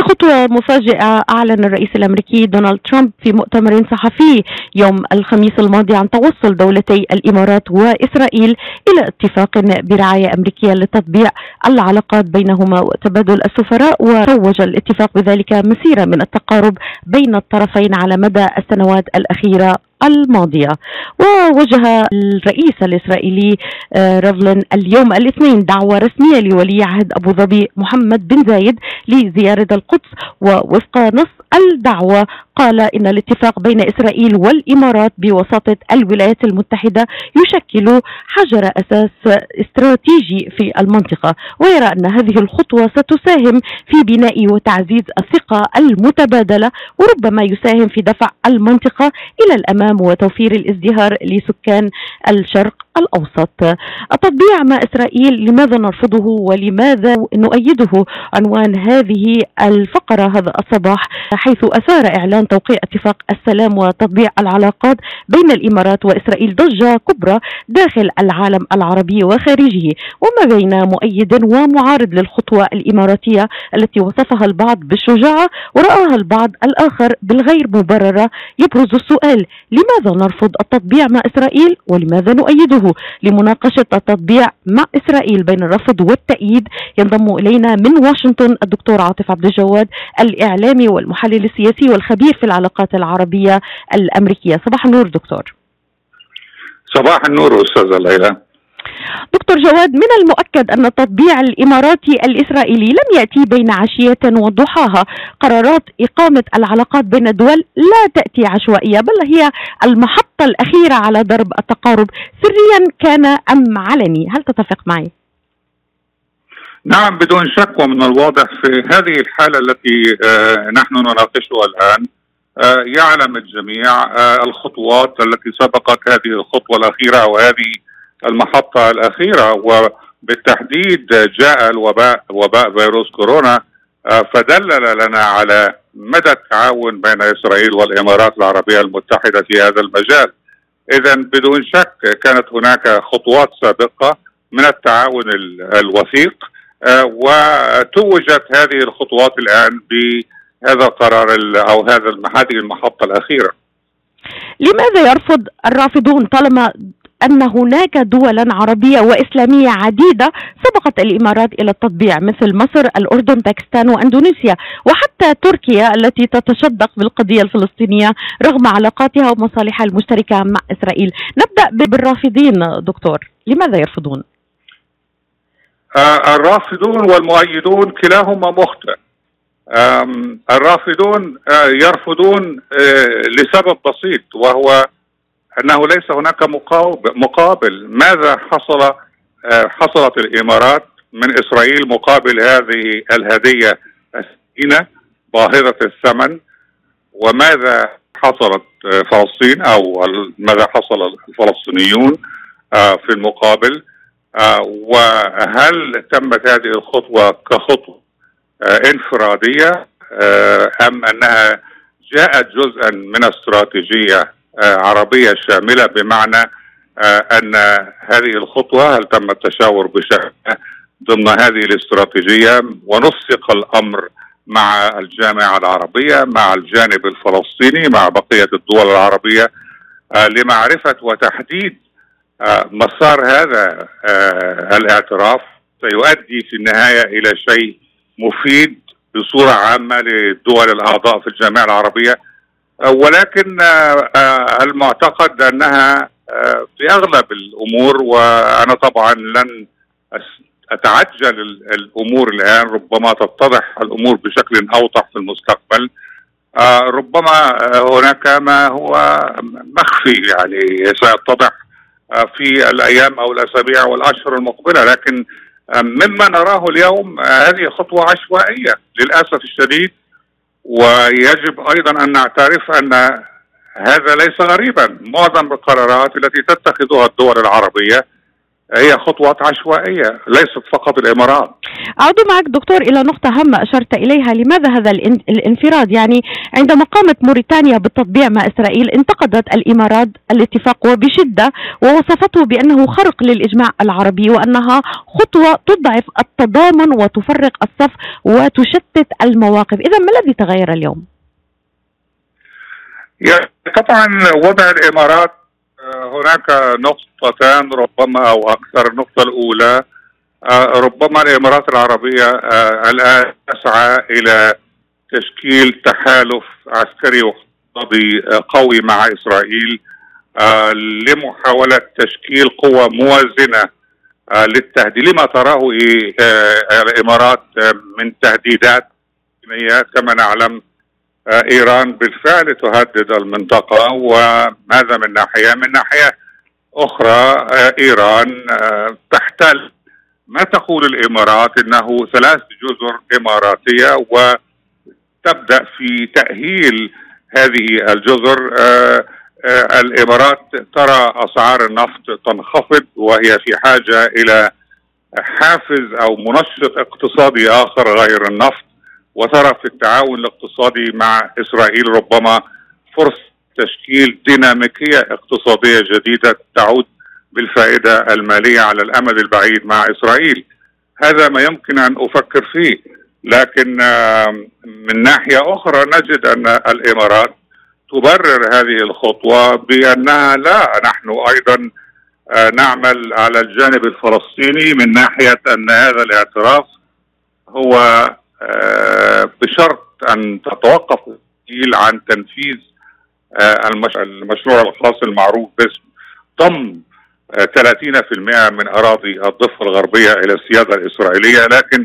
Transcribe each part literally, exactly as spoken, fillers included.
خطوة مفاجئة أعلن الرئيس الأمريكي دونالد ترامب في مؤتمر صحفي يوم الخميس الماضي عن توصل دولتي الإمارات وإسرائيل إلى اتفاق برعاية أمريكية لتطبيع العلاقات بينهما وتبادل السفراء، وروج الاتفاق بذلك مسيرة من التقارب بين الطرفين على مدى السنوات الأخيرة الماضية. ووجه الرئيس الإسرائيلي رافلين اليوم الاثنين دعوة رسمية لولي عهد أبو ظبي محمد بن زايد لزيارة القدس، ووفق نص الدعوة قال إن الاتفاق بين إسرائيل والإمارات بوساطة الولايات المتحدة يشكل حجر أساس استراتيجي في المنطقة، ويرى أن هذه الخطوة ستساهم في بناء وتعزيز الثقة المتبادلة، وربما يساهم في دفع المنطقة إلى الأمام وتوفير الازدهار لسكان الشرق الأوسط. التطبيع مع إسرائيل لماذا نرفضه ولماذا نؤيده؟ عنوان هذه الفقرة هذا الصباح، حيث أثار إعلان توقيع اتفاق السلام وتطبيع العلاقات بين الإمارات وإسرائيل ضجة كبرى داخل العالم العربي وخارجه، وما بين مؤيد ومعارض للخطوة الإماراتية التي وصفها البعض بالشجاعة ورآها البعض الآخر بالغير مبررة. يبرز السؤال: لماذا نرفض التطبيع مع إسرائيل ولماذا نؤيده؟ لمناقشة التطبيع مع إسرائيل بين الرفض والتأييد ينضم إلينا من واشنطن الدكتور عاطف عبد الجواد، الإعلامي والمحلل السياسي والخبير في العلاقات العربية الأمريكية. صباح النور دكتور. صباح النور أستاذة ليلى. دكتور جواد، من المؤكد أن التطبيع الإماراتي الإسرائيلي لم يأتي بين عشية وضحاها. قرارات إقامة العلاقات بين الدول لا تأتي عشوائية، بل هي المحطة الأخيرة على درب التقارب، سريا كان أم علني. هل تتفق معي؟ نعم بدون شك، ومن الواضح في هذه الحالة التي آه نحن نناقشها الآن آه يعلم الجميع آه الخطوات التي سبقت هذه الخطوة الأخيرة وهذه المحطة الأخيرة، وبالتحديد جاء الوباء وباء فيروس كورونا فدلل لنا على مدى التعاون بين إسرائيل والإمارات العربية المتحدة في هذا المجال. إذن بدون شك كانت هناك خطوات سابقة من التعاون الوثيق، وتوجت هذه الخطوات الآن بهذا القرار أو هذا هذه المحطة الأخيرة. لماذا يرفض الرافضون طالما أن هناك دولا عربية وإسلامية عديدة سبقت الإمارات إلى التطبيع، مثل مصر، الأردن، باكستان وأندونيسيا وحتى تركيا التي تتشدق بالقضية الفلسطينية رغم علاقاتها ومصالحها المشتركة مع إسرائيل؟ نبدأ بالرافضين دكتور، لماذا يرفضون؟ آه الرافضون والمؤيدون كلاهما مخطئ. الرافضون آه يرفضون آه لسبب بسيط، وهو أنه ليس هناك مقابل. ماذا حصل حصلت الإمارات من إسرائيل مقابل هذه الهدية الثمينة باهظة الثمن؟ وماذا حصلت فلسطين أو ماذا حصل الفلسطينيون في المقابل؟ وهل تمت هذه الخطوة كخطوة انفرادية أم أنها جاءت جزءا من استراتيجية عربية شاملة، بمعنى أن هذه الخطوة هل تم التشاور بشأنها ضمن هذه الاستراتيجية ونسق الأمر مع الجامعة العربية مع الجانب الفلسطيني مع بقية الدول العربية لمعرفة وتحديد مسار هذا الاعتراف سيؤدي في النهاية إلى شيء مفيد بصورة عامة للدول الأعضاء في الجامعة العربية. ولكن المعتقد أنها في أغلب الأمور، وأنا طبعا لن أتعجل الأمور الآن، ربما تتضح الأمور بشكل أوضح في المستقبل. ربما هناك ما هو مخفي يعني سيتضح في الأيام أو الأسابيع والأشهر المقبلة، لكن مما نراه اليوم هذه خطوة عشوائية للأسف الشديد. ويجب أيضا أن نعترف أن هذا ليس غريبا. معظم القرارات التي تتخذها الدول العربية هي خطوات عشوائية، ليست فقط الإمارات. أعود معك دكتور إلى نقطة هامة أشرت إليها. لماذا هذا الانفراد؟ يعني عندما قامت موريتانيا بالتطبيع مع إسرائيل انتقدت الإمارات الاتفاق وبشدة، ووصفته بأنه خرق للإجماع العربي، وأنها خطوة تضعف التضامن وتفرق الصف وتشتت المواقف. إذا ما الذي تغير اليوم؟ يعني طبعا وضع الإمارات هناك نقطتان ربما أو أكثر. النقطة الأولى ربما الإمارات العربية الآن تسعى إلى تشكيل تحالف عسكري واقتصادي قوي مع إسرائيل لمحاولة تشكيل قوة موازنة للتهديد لما تراه الإمارات من تهديدات. كما نعلم إيران بالفعل تهدد المنطقة، وهذا من ناحية. من ناحية أخرى إيران تحتل ما تقول الإمارات إنه ثلاث جزر إماراتية، وتبدأ في تأهيل هذه الجزر. الإمارات ترى أسعار النفط تنخفض، وهي في حاجة إلى حافز أو منشط اقتصادي آخر غير النفط، وترى في التعاون الاقتصادي مع إسرائيل ربما فرصة تشكيل ديناميكية اقتصادية جديدة تعود بالفائدة المالية على الأمد البعيد مع إسرائيل. هذا ما يمكن أن أفكر فيه. لكن من ناحية أخرى نجد أن الإمارات تبرر هذه الخطوة بأنها لا، نحن أيضا نعمل على الجانب الفلسطيني من ناحية أن هذا الاعتراف هو بشرط أن تتوقف إسرائيل عن تنفيذ المشروع الخاص المعروف باسم ضم ثلاثين بالمئة من أراضي الضفة الغربية إلى السيادة الإسرائيلية. لكن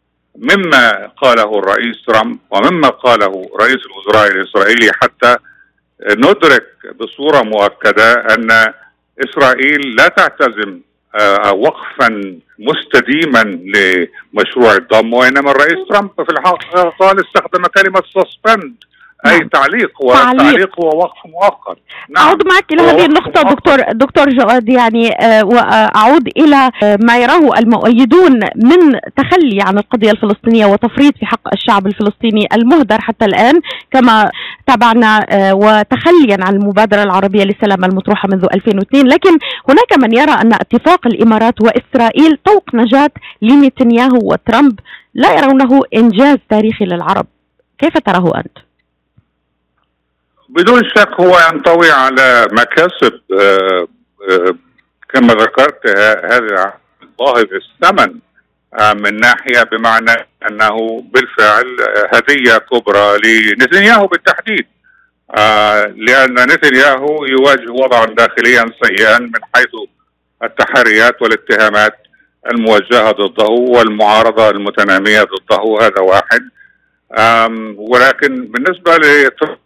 مما قاله الرئيس ترامب ومما قاله رئيس الوزراء الإسرائيلي حتى ندرك بصورة مؤكدة أن إسرائيل لا تعتزم وقفا مستديما لمشروع الضم، وإنما الرئيس ترامب في الحقيقة قال استخدم كلمة سسبند أي تعليق، والتعليق هو وقف مؤقت. نعم. أعود معك إلى هذه النقطة دكتور دكتور جواد، يعني وأعود إلى ما يراه المؤيدون من تخلي عن القضية الفلسطينية وتفريط في حق الشعب الفلسطيني المهدر حتى الآن كما تابعنا، وتخليا عن المبادرة العربية للسلام المطروحة منذ ألفين واثنين. لكن هناك من يرى أن اتفاق الإمارات وإسرائيل طوق نجاة لنتنياهو وترامب، لا يرونه إنجاز تاريخي للعرب. كيف تراه أنت؟ بدون شك هو ينطوي على مكاسب كما ذكرت هذا ظاهر الثمن من ناحية، بمعنى أنه بالفعل هدية كبرى لنتنياهو بالتحديد، لأن نتنياهو يواجه وضعا داخليا سيئا من حيث التحريات والاتهامات الموجهة ضده والمعارضة المتنامية ضده. هذا واحد. ولكن بالنسبة لترامب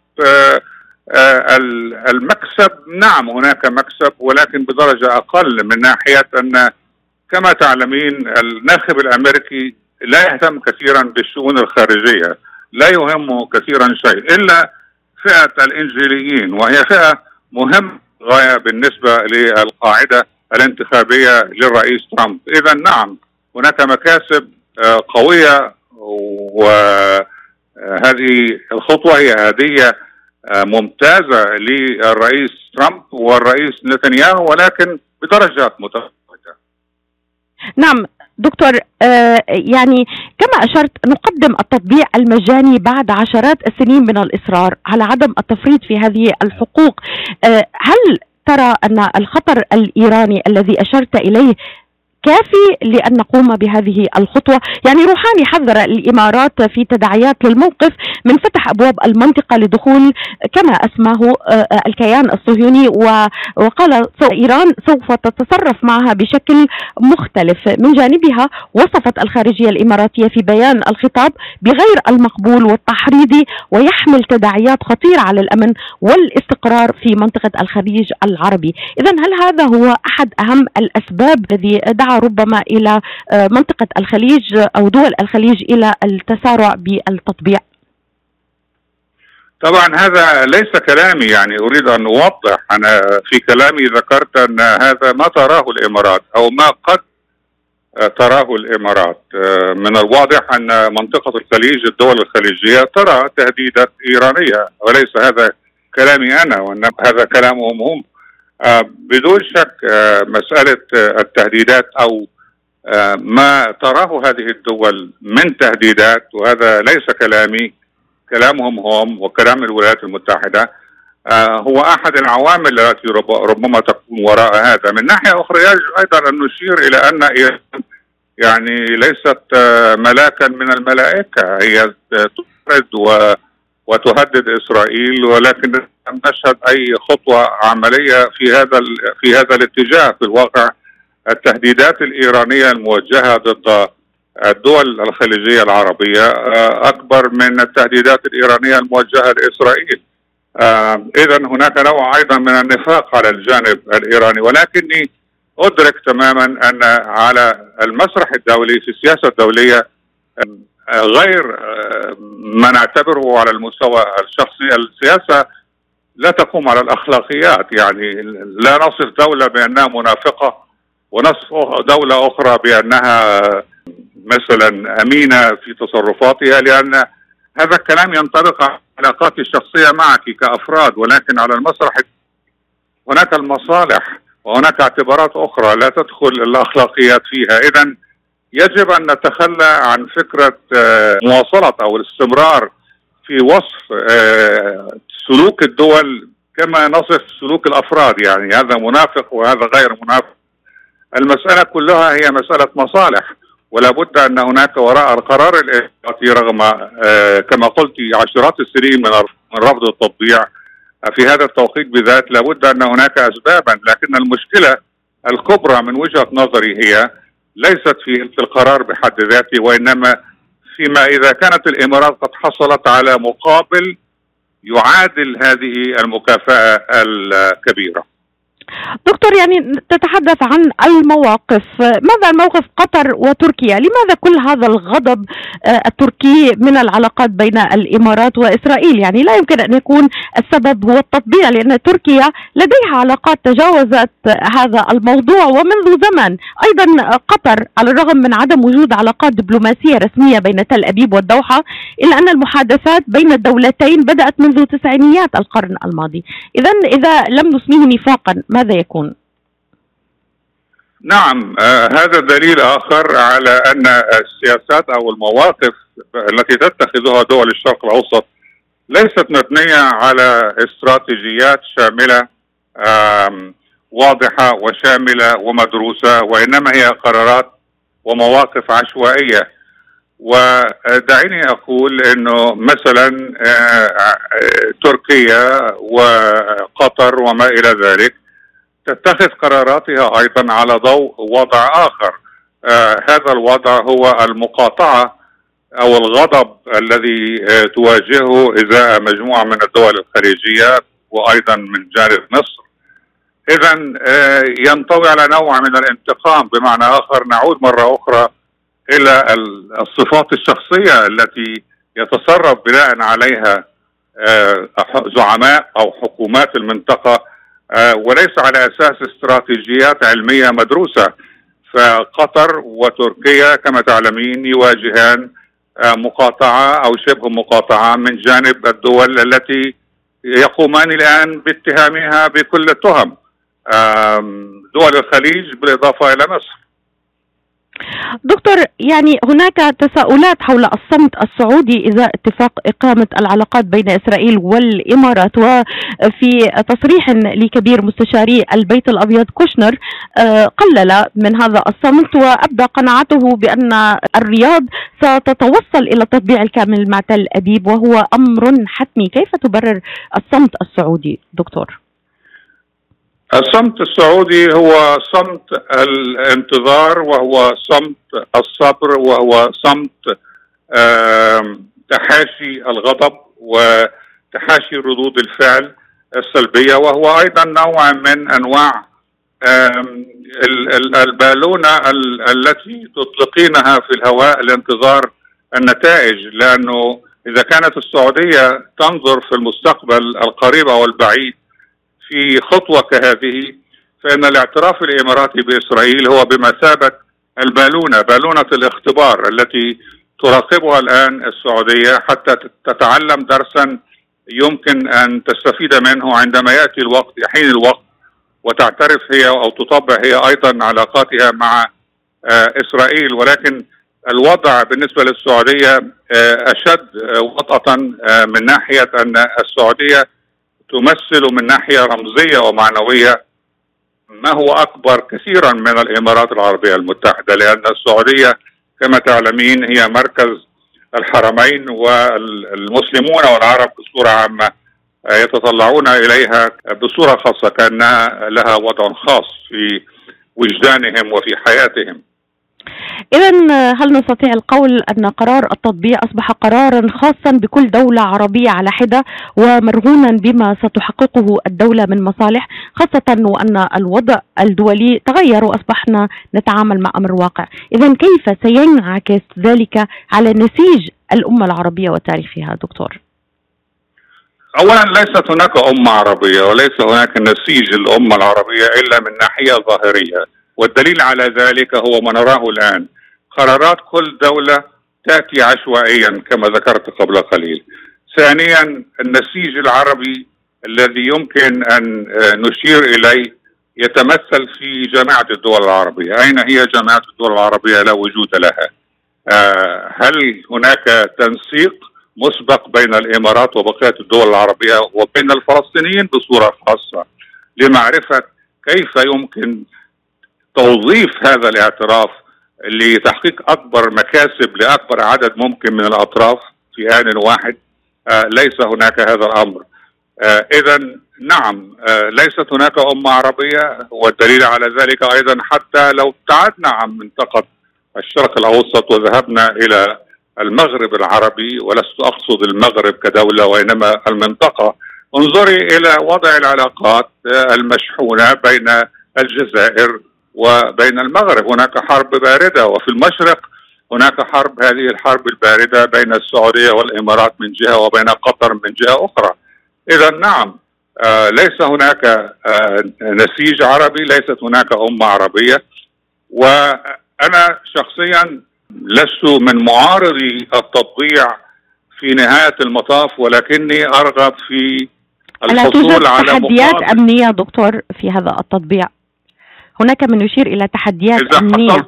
المكسب، نعم هناك مكسب، ولكن بدرجة أقل، من ناحية أن كما تعلمين الناخب الأمريكي لا يهتم كثيرا بالشؤون الخارجية، لا يهمه كثيرا شيء إلا فئة الإنجيليين، وهي فئة مهمة غاية بالنسبة للقاعدة الانتخابية للرئيس ترامب. إذا نعم هناك مكاسب قوية، وهذه الخطوة هي هدية ممتازة للرئيس ترامب والرئيس نتنياهو، ولكن بدرجات متفاوتة. نعم دكتور، آه يعني كما أشرت نقدم التطبيع المجاني بعد عشرات السنين من الإصرار على عدم التفريط في هذه الحقوق. آه هل ترى أن الخطر الإيراني الذي أشرت إليه كافي لأن نقوم بهذه الخطوة؟ يعني روحاني حذر الإمارات في تداعيات للموقف من فتح أبواب المنطقة لدخول كما أسماه الكيان الصهيوني، وقال إيران سوف تتصرف معها بشكل مختلف. من جانبها وصفت الخارجية الإماراتية في بيان الخطاب بغير المقبول والتحريضي، ويحمل تداعيات خطيرة على الأمن والاستقرار في منطقة الخليج العربي. إذن هل هذا هو أحد أهم الأسباب الذي دعا ربما إلى منطقة الخليج أو دول الخليج إلى التسارع بالتطبيع؟ طبعا هذا ليس كلامي، يعني أريد أن أوضح. أنا في كلامي ذكرت أن هذا ما تراه الإمارات أو ما قد تراه الإمارات. من الواضح أن منطقة الخليج، الدول الخليجية ترى تهديدات إيرانية، وليس هذا كلامي أنا، وإنما هذا كلامهم هم. بدون شك مسألة التهديدات أو ما تراه هذه الدول من تهديدات، وهذا ليس كلامي، كلامهم هم وكلام الولايات المتحدة، هو أحد العوامل التي ربما تكون وراء هذا. من ناحية أخرى يجب أيضا أن نشير إلى أن إيران يعني ليست ملاكا من الملائكة، هي تفرض و وتهدد إسرائيل، ولكن لم نشهد أي خطوة عملية في هذا في هذا الاتجاه. في الواقع التهديدات الإيرانية الموجهة ضد الدول الخليجية العربية أكبر من التهديدات الإيرانية الموجهة لإسرائيل. إذا هناك نوع أيضا من النفاق على الجانب الإيراني، ولكني أدرك تماما أن على المسرح الدولي في السياسة الدولية غير ما نعتبره على المستوى الشخصي، السياسة لا تقوم على الأخلاقيات. يعني لا نصف دولة بأنها منافقة ونصف دولة أخرى بأنها مثلا أمينة في تصرفاتها، لأن هذا الكلام ينطبق على علاقاتي الشخصية معك كأفراد، ولكن على المسرح هناك المصالح وهناك اعتبارات أخرى لا تدخل الأخلاقيات فيها. إذن يجب أن نتخلى عن فكرة مواصلة أو الاستمرار في وصف سلوك الدول كما نصف سلوك الأفراد، يعني هذا منافق وهذا غير منافق. المسألة كلها هي مسألة مصالح، ولا بد أن هناك وراء القرار الإماراتي رغم كما قلت عشرات السنين من رفض التطبيع في هذا التوقيت بالذات، لابد أن هناك أسبابا. لكن المشكلة الكبرى من وجهة نظري هي ليست في القرار بحد ذاته، وإنما فيما إذا كانت الإمارات قد حصلت على مقابل يعادل هذه المكافأة الكبيرة. دكتور، يعني تتحدث عن المواقف، ماذا الموقف قطر وتركيا؟ لماذا كل هذا الغضب التركي من العلاقات بين الإمارات وإسرائيل؟ يعني لا يمكن أن يكون السبب هو التطبيع، لأن تركيا لديها علاقات تجاوزت هذا الموضوع ومنذ زمن. أيضا قطر على الرغم من عدم وجود علاقات دبلوماسية رسمية بين تل أبيب والدوحة، إلا أن المحادثات بين الدولتين بدأت منذ تسعينيات القرن الماضي. إذن إذا لم نسميه نفاقا ماذا يكون؟ نعم، آه هذا دليل آخر على أن السياسات أو المواقف التي تتخذها دول الشرق الأوسط ليست مبنية على استراتيجيات شاملة واضحة وشاملة ومدروسة، وإنما هي قرارات ومواقف عشوائية. ودعيني أقول أنه مثلا آه تركيا وقطر وما إلى ذلك تتخذ قراراتها أيضا على ضوء وضع آخر. آه هذا الوضع هو المقاطعة أو الغضب الذي آه تواجهه إزاء مجموعة من الدول الخليجية وأيضا من جانب مصر. إذن آه ينطوي على نوع من الانتقام. بمعنى آخر نعود مرة أخرى إلى الصفات الشخصية التي يتصرف بناء عليها آه زعماء أو حكومات المنطقة، آه وليس على أساس استراتيجيات علمية مدروسة. فقطر وتركيا كما تعلمين يواجهان آه مقاطعة أو شبه مقاطعة من جانب الدول التي يقومان الآن باتهامها بكل التهم، آه دول الخليج بالإضافة إلى مصر. دكتور، يعني هناك تساؤلات حول الصمت السعودي إذا اتفاق إقامة العلاقات بين إسرائيل والإمارات، وفي تصريح لكبير مستشاري البيت الأبيض كوشنر قلل من هذا الصمت وأبدى قناعته بأن الرياض ستتوصل إلى التطبيع الكامل مع تل أبيب وهو أمر حتمي. كيف تبرر الصمت السعودي دكتور؟ الصمت السعودي هو صمت الانتظار، وهو صمت الصبر، وهو صمت تحاشي الغضب وتحاشي ردود الفعل السلبية، وهو أيضا نوع من أنواع البالونة التي تطلقينها في الهواء لانتظار النتائج. لأنه إذا كانت السعودية تنظر في المستقبل القريب أو البعيد في خطوة كهذه، فإن الاعتراف الإماراتي بإسرائيل هو بمثابة البالونة، بالونة الاختبار التي تراقبها الآن السعودية حتى تتعلم درسا يمكن أن تستفيد منه عندما يأتي الوقت، يحين الوقت، وتعترف هي أو تطبع هي أيضا علاقاتها مع إسرائيل. ولكن الوضع بالنسبة للسعودية أشد وطأة من ناحية أن السعودية تمثل من ناحية رمزية ومعنوية ما هو أكبر كثيرا من الإمارات العربية المتحدة، لأن السعودية كما تعلمين هي مركز الحرمين، والمسلمون والعرب بصورة عامة يتطلعون إليها بصورة خاصة، كأنها لها وضع خاص في وجدانهم وفي حياتهم. إذن هل نستطيع القول أن قرار التطبيع أصبح قرارا خاصا بكل دولة عربية على حدة ومرهونا بما ستحققه الدولة من مصالح، خاصة وأن الوضع الدولي تغير وأصبحنا نتعامل مع أمر واقع؟ إذن كيف سينعكس ذلك على نسيج الأمة العربية وتاريخها دكتور؟ أولا ليست هناك أمة عربية وليس هناك نسيج الأمة العربية إلا من ناحية ظاهرية، والدليل على ذلك هو ما نراه الآن. قرارات كل دولة تأتي عشوائيا كما ذكرت قبل قليل. ثانيا النسيج العربي الذي يمكن أن نشير إليه يتمثل في جامعة الدول العربية. أين هي جامعة الدول العربية؟ لا وجود لها. هل هناك تنسيق مسبق بين الإمارات وبقية الدول العربية وبين الفلسطينيين بصورة خاصة لمعرفة كيف يمكن توظيف هذا الاعتراف لتحقيق أكبر مكاسب لأكبر عدد ممكن من الأطراف في آن واحد؟ آه ليس هناك هذا الأمر. آه إذا نعم، آه ليست هناك أمة عربية، والدليل على ذلك أيضا حتى لو ابتعدنا عن منطقة الشرق الأوسط وذهبنا إلى المغرب العربي، ولست أقصد المغرب كدولة وإنما المنطقة، انظري إلى وضع العلاقات المشحونة بين الجزائر وبين المغرب. هناك حرب باردة، وفي المشرق هناك حرب، هذه الحرب الباردة بين السعودية والإمارات من جهة وبين قطر من جهة أخرى. إذا نعم، آه ليس هناك آه نسيج عربي، ليست هناك أمة عربية. وأنا شخصيا لست من معارضي التطبيع في نهاية المطاف، ولكني أرغب في الحصول على تحديات مقابل. أمنية دكتور في هذا التطبيع؟ هناك من يشير إلى تحديات إذا أمنية.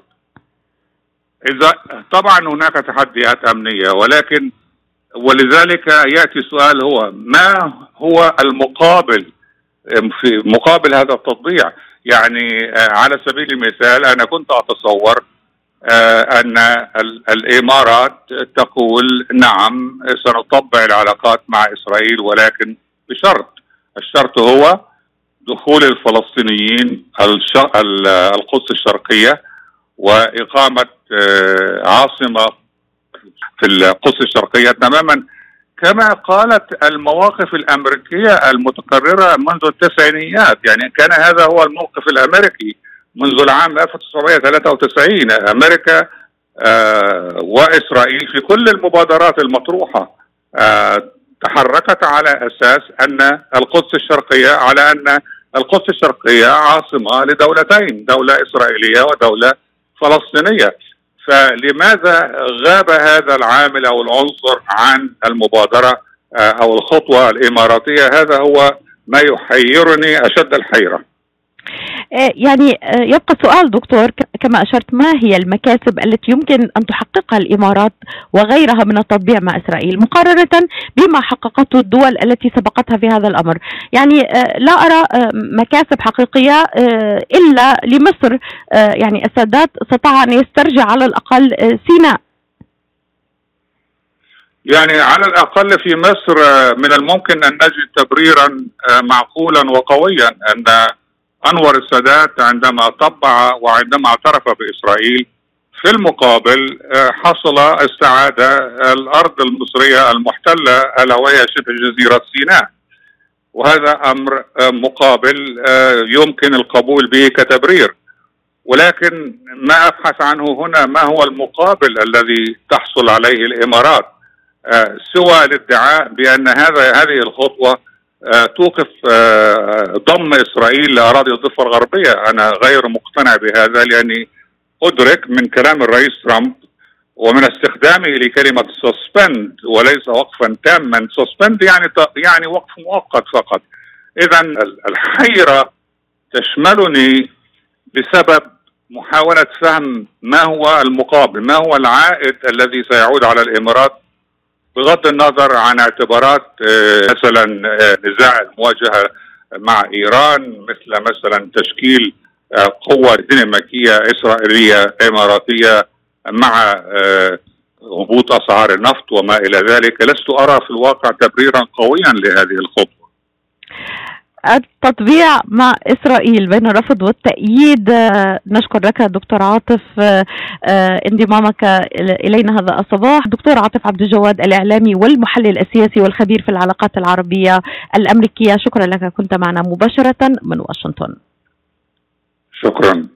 إذا طبعا هناك تحديات أمنية، ولكن ولذلك يأتي السؤال هو ما هو المقابل في مقابل هذا التطبيع؟ يعني على سبيل المثال أنا كنت أتصور أن الإمارات تقول نعم سنطبع العلاقات مع إسرائيل، ولكن بشرط. الشرط هو دخول الفلسطينيين القدس الشرقية وإقامة عاصمة في القدس الشرقية تماما كما قالت المواقف الأمريكية المتكررة منذ التسعينيات. يعني كان هذا هو الموقف الأمريكي منذ العام ألف وتسعمائة وثلاثة وتسعين. أمريكا آه وإسرائيل في كل المبادرات المطروحة آه تحركت على أساس أن القدس الشرقية على أن القدس الشرقية عاصمة لدولتين، دولة إسرائيلية ودولة فلسطينية. فلماذا غاب هذا العامل أو العنصر عن المبادرة آه أو الخطوة الإماراتية؟ هذا هو ما يحيرني أشد الحيرة. يعني يبقى السؤال دكتور، كما أشرت، ما هي المكاسب التي يمكن أن تحققها الإمارات وغيرها من التطبيع مع إسرائيل مقارنة بما حققته الدول التي سبقتها في هذا الأمر؟ يعني لا أرى مكاسب حقيقية إلا لمصر. يعني السادات استطاع أن يسترجع على الأقل سيناء. يعني على الأقل في مصر من الممكن أن نجد تبريرا معقولا وقويا أن أنور السادات عندما طبع وعندما اعترف بإسرائيل في المقابل حصل استعاد الأرض المصرية المحتلة ألا وهي شبه جزيرة سيناء، وهذا أمر مقابل يمكن القبول به كتبرير. ولكن ما أبحث عنه هنا ما هو المقابل الذي تحصل عليه الإمارات. سوى الادعاء بأن هذا هذه الخطوة توقف ضم إسرائيل لأراضي الضفة الغربية. أنا غير مقتنع بهذا، لأني أدرك من كلام الرئيس ترامب ومن استخدامه لكلمة suspend وليس وقفا تاما. suspend يعني يعني وقف مؤقت فقط. إذا الحيرة تشملني بسبب محاولة فهم ما هو المقابل، ما هو العائد الذي سيعود على الإمارات، بغض النظر عن اعتبارات مثلا نزاع المواجهة مع إيران، مثل مثلا تشكيل قوة ديناميكية إسرائيلية إماراتية مع هبوط أسعار النفط وما إلى ذلك. لست أرى في الواقع تبريرا قويا لهذه الخطوة. التطبيع مع إسرائيل بين الرفض والتأييد. نشكر لك دكتور عاطف انضمامك إلينا هذا الصباح. دكتور عاطف عبد الجواد، الإعلامي والمحلل السياسي والخبير في العلاقات العربية الأمريكية، شكرا لك، كنت معنا مباشرة من واشنطن. شكرا.